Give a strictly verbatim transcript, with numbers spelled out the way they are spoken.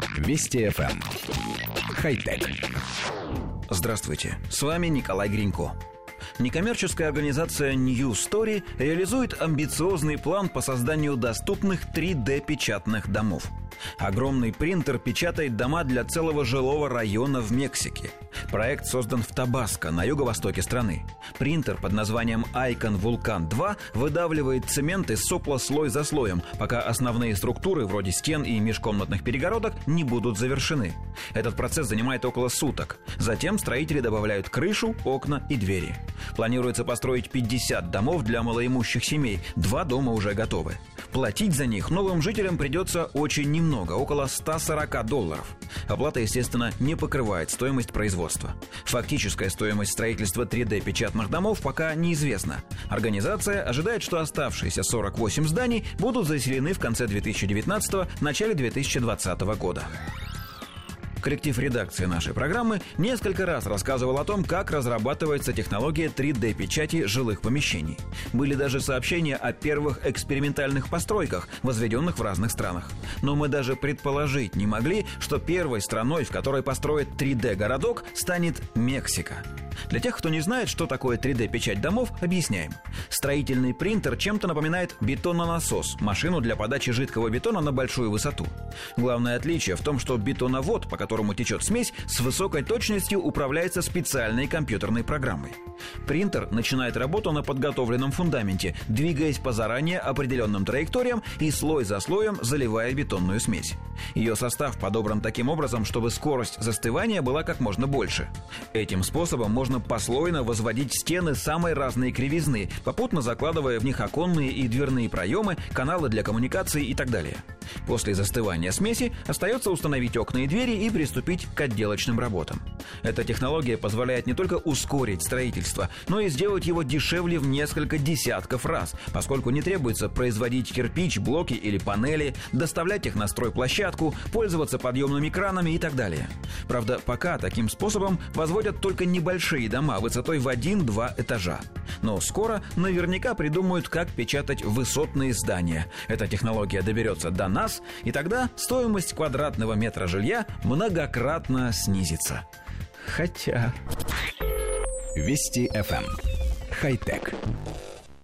Вести эф эм. Хай-тек. Здравствуйте, с вами Николай Гринько. Некоммерческая организация New Story реализует амбициозный план по созданию доступных три дэ-печатных домов. Огромный принтер печатает дома для целого жилого района в Мексике. Проект создан в Табаско, на юго-востоке страны. Принтер под названием Icon Vulcan два выдавливает цемент из сопла слой за слоем, пока основные структуры, вроде стен и межкомнатных перегородок, не будут завершены. Этот процесс занимает около суток. Затем строители добавляют крышу, окна и двери. Планируется построить пятьдесят домов для малоимущих семей. Два дома уже готовы. Платить за них новым жителям придется очень немного, около сто сорок долларов. Оплата, естественно, не покрывает стоимость производства. Фактическая стоимость строительства три дэ-печатных домов пока неизвестна. Организация ожидает, что оставшиеся сорок восемь зданий будут заселены в конце две тысячи девятнадцатого – начале две тысячи двадцатого года. Коллектив редакции нашей программы несколько раз рассказывал о том, как разрабатывается технология три дэ-печати жилых помещений. Были даже сообщения о первых экспериментальных постройках, возведенных в разных странах. Но мы даже предположить не могли, что первой страной, в которой построят три дэ-городок, станет Мексика. Для тех, кто не знает, что такое три дэ-печать домов, объясняем. Строительный принтер чем-то напоминает бетононасос, машину для подачи жидкого бетона на большую высоту. Главное отличие в том, что бетоновод, по которому течет смесь, с высокой точностью управляется специальной компьютерной программой. Принтер начинает работу на подготовленном фундаменте, двигаясь по заранее определенным траекториям и слой за слоем заливая бетонную смесь. Ее состав подобран таким образом, чтобы скорость застывания была как можно больше. Этим способом можно послойно возводить стены самой разной кривизны, попутно закладывая в них оконные и дверные проемы, каналы для коммуникации и так далее. После застывания смеси остается установить окна и двери и приступить к отделочным работам. Эта технология позволяет не только ускорить строительство, но и сделать его дешевле в несколько десятков раз, поскольку не требуется производить кирпич, блоки или панели, доставлять их на стройплощадку, пользоваться подъемными кранами и так далее. Правда, пока таким способом возводят только небольшие дома высотой в один-два этажа. Но скоро наверняка придумают, как печатать высотные здания. Эта технология доберется до нас, и тогда стоимость квадратного метра жилья многократно снизится. Хотя... Вести эф эм. Хай-тек.